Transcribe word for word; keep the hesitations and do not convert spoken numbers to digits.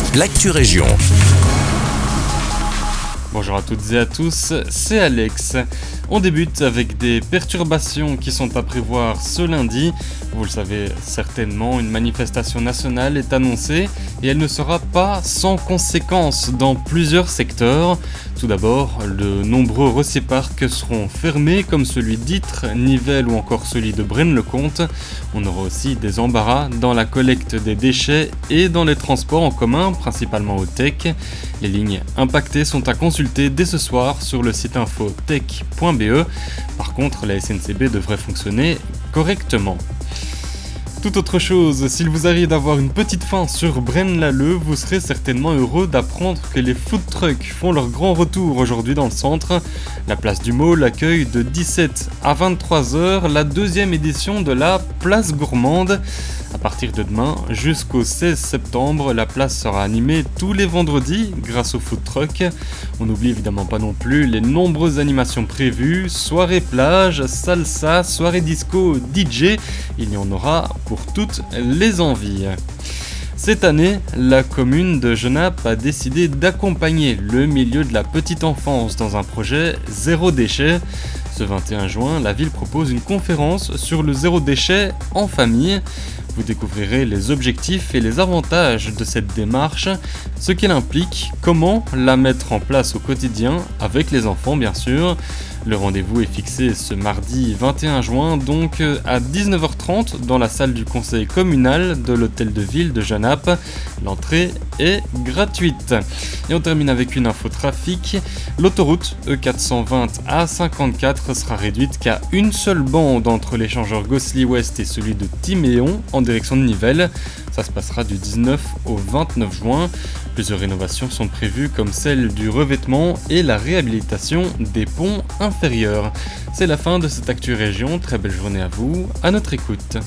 l'actu région. Bonjour à toutes et à tous, c'est Alex. On débute avec des perturbations qui sont à prévoir ce lundi. Vous le savez certainement, une manifestation nationale est annoncée et elle ne sera pas sans conséquences dans plusieurs secteurs. Tout d'abord, de nombreux recéparcs seront fermés comme celui d'Ytre, Nivelles ou encore celui de Braine-le-Comte. On aura aussi des embarras dans la collecte des déchets et dans les transports en commun, principalement au Tech. Les lignes impactées sont à consulter dès ce soir sur le site info tech point b e. Par contre, la S N C B devrait fonctionner correctement. Toute autre chose, s'il vous arrive d'avoir une petite faim sur Braine-l'Alleud, vous serez certainement heureux d'apprendre que les food trucks font leur grand retour aujourd'hui dans le centre. La place du Môle accueille de dix-sept à vingt-trois heures la deuxième édition de la Place Gourmande. À partir de demain jusqu'au seize septembre, la place sera animée tous les vendredis grâce au food truck. On n'oublie évidemment pas non plus les nombreuses animations prévues, soirée plage, salsa, soirée disco, D J, il y en aura pour toutes les envies. Cette année, la commune de Genappe a décidé d'accompagner le milieu de la petite enfance dans un projet zéro déchet. Ce vingt et un juin, la ville propose une conférence sur le zéro déchet en famille. Vous découvrirez les objectifs et les avantages de cette démarche, ce qu'elle implique, comment la mettre en place au quotidien, avec les enfants bien sûr. Le rendez-vous est fixé ce mardi vingt et un juin, donc à dix-neuf heures trente dans la salle du conseil communal de l'hôtel de ville de Genappe. L'entrée est gratuite. Et on termine avec une info trafic. L'autoroute E quatre cent vingt A cinquante-quatre sera réduite qu'à une seule bande entre l'échangeur Gosselies-Ouest et celui de Timéon en direction de Nivelles. Ça se passera du dix-neuf au vingt-neuf juin. Plusieurs rénovations sont prévues comme celle du revêtement et la réhabilitation des ponts inférieurs. C'est la fin de cette Actu Région, très belle journée à vous, à notre écoute.